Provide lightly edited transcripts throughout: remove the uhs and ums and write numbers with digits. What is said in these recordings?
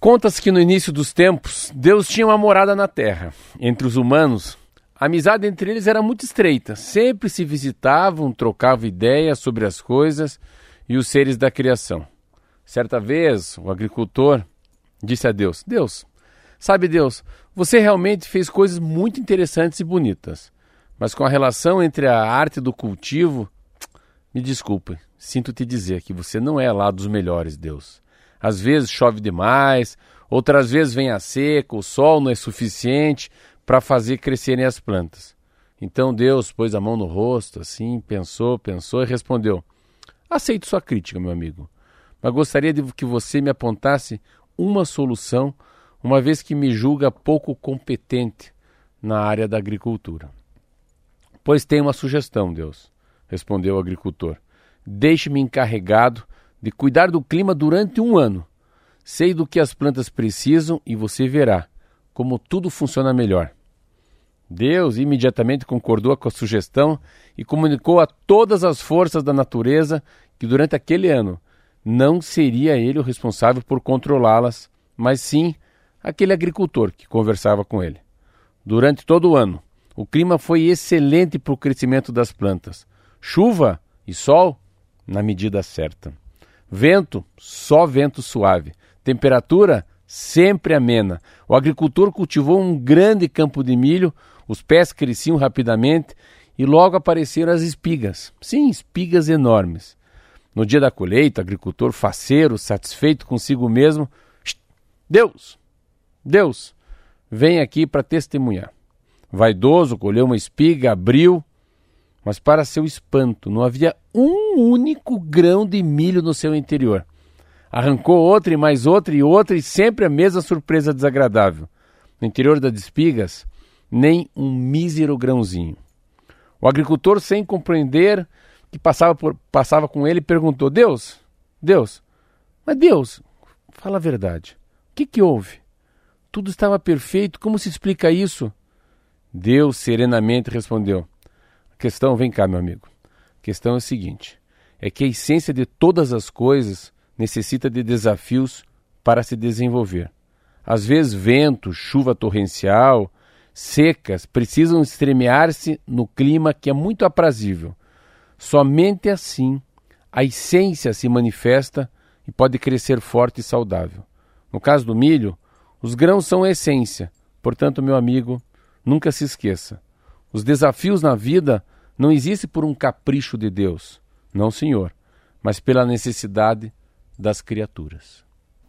Conta-se que no início dos tempos, Deus tinha uma morada na terra. Entre os humanos, a amizade entre eles era muito estreita. Sempre se visitavam, trocavam ideias sobre as coisas e os seres da criação. Certa vez, o agricultor disse a Deus: Deus, sabe Deus, você realmente fez coisas muito interessantes e bonitas. Mas com a relação entre a arte do cultivo, me desculpe, sinto te dizer que você não é lá dos melhores, Deus. Às vezes chove demais, outras vezes vem a seca, o sol não é suficiente para fazer crescerem as plantas. Então Deus pôs a mão no rosto, assim, pensou e respondeu: aceito sua crítica, meu amigo, mas gostaria de que você me apontasse uma solução, uma vez que me julga pouco competente na área da agricultura. Pois tem uma sugestão, Deus, respondeu o agricultor. Deixe-me encarregado de cuidar do clima durante 1 ano. Sei do que as plantas precisam e você verá como tudo funciona melhor. Deus imediatamente concordou com a sugestão e comunicou a todas as forças da natureza que durante aquele ano não seria ele o responsável por controlá-las, mas sim aquele agricultor que conversava com ele. Durante todo o ano, o clima foi excelente para o crescimento das plantas. Chuva e sol na medida certa. Vento, só vento suave. Temperatura, sempre amena. O agricultor cultivou um grande campo de milho, os pés cresciam rapidamente e logo apareceram as espigas. Sim, espigas enormes. No dia da colheita, o agricultor faceiro, satisfeito consigo mesmo: Deus, vem aqui para testemunhar. Vaidoso, colheu uma espiga, abriu, mas para seu espanto, não havia um único grão de milho no seu interior. Arrancou outra e mais outra e sempre a mesma surpresa desagradável. No interior das espigas, nem um mísero grãozinho. O agricultor, sem compreender que passava com ele, perguntou: Deus, mas Deus, fala a verdade, o que houve? Tudo estava perfeito, como se explica isso? Deus serenamente respondeu: vem cá, meu amigo. A questão é o seguinte, é que a essência de todas as coisas necessita de desafios para se desenvolver. Às vezes vento, chuva torrencial, secas precisam estremear-se no clima que é muito aprazível. Somente assim a essência se manifesta e pode crescer forte e saudável. No caso do milho, os grãos são a essência. Portanto, meu amigo, nunca se esqueça. Os desafios na vida não existem por um capricho de Deus. Não, senhor, mas pela necessidade das criaturas.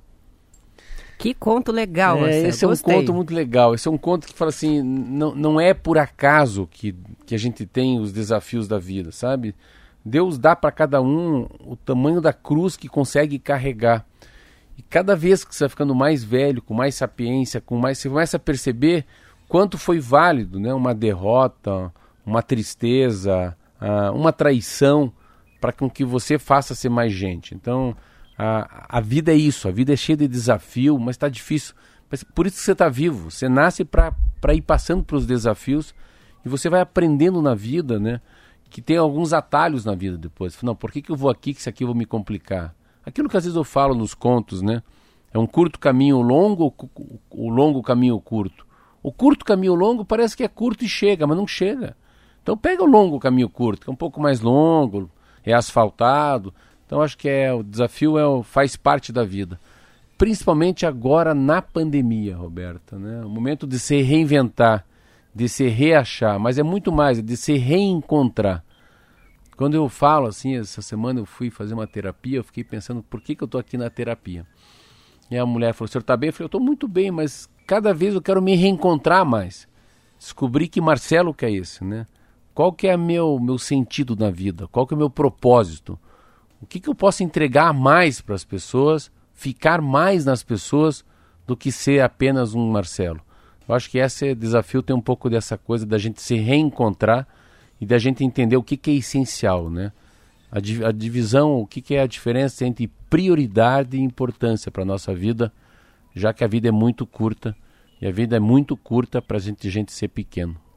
Que conto legal, esse é um conto muito legal. Esse é um conto que fala assim, não é por acaso que a gente tem os desafios da vida, sabe? Deus dá para cada um o tamanho da cruz que consegue carregar. E cada vez que você vai ficando mais velho, com mais sapiência, você começa a perceber quanto foi válido, né? Uma derrota, uma tristeza, uma traição, para com que você faça ser mais gente. Então, a vida é isso, a vida é cheia de desafio, mas está difícil. Mas por isso que você está vivo, você nasce para ir passando pelos desafios e você vai aprendendo na vida, né? Que tem alguns atalhos na vida depois. Não, por que eu vou aqui, que isso aqui eu vou me complicar? Aquilo que às vezes eu falo nos contos, né? É um curto caminho longo ou o longo caminho curto? O curto caminho longo parece que é curto e chega, mas não chega. Então pega o longo caminho curto, que é um pouco mais longo, é asfaltado. Então acho que o desafio faz parte da vida. Principalmente agora na pandemia, Roberta, né? O momento de se reinventar, de se reachar, mas é muito mais, de se reencontrar. Quando eu falo assim, essa semana eu fui fazer uma terapia, eu fiquei pensando, por que eu estou aqui na terapia? E a mulher falou: o senhor está bem? Eu falei: eu estou muito bem, mas cada vez eu quero me reencontrar mais. Descobri que Marcelo que é esse, né? Qual que é meu sentido na vida? Qual que é o meu propósito? O que eu posso entregar mais para as pessoas, ficar mais nas pessoas do que ser apenas um Marcelo? Eu acho que esse desafio tem um pouco dessa coisa da gente se reencontrar e da gente entender o que é essencial, né? A divisão, o que é a diferença entre prioridade e importância para a nossa vida, já que a vida é muito curta, e a vida é muito curta para a gente ser pequeno.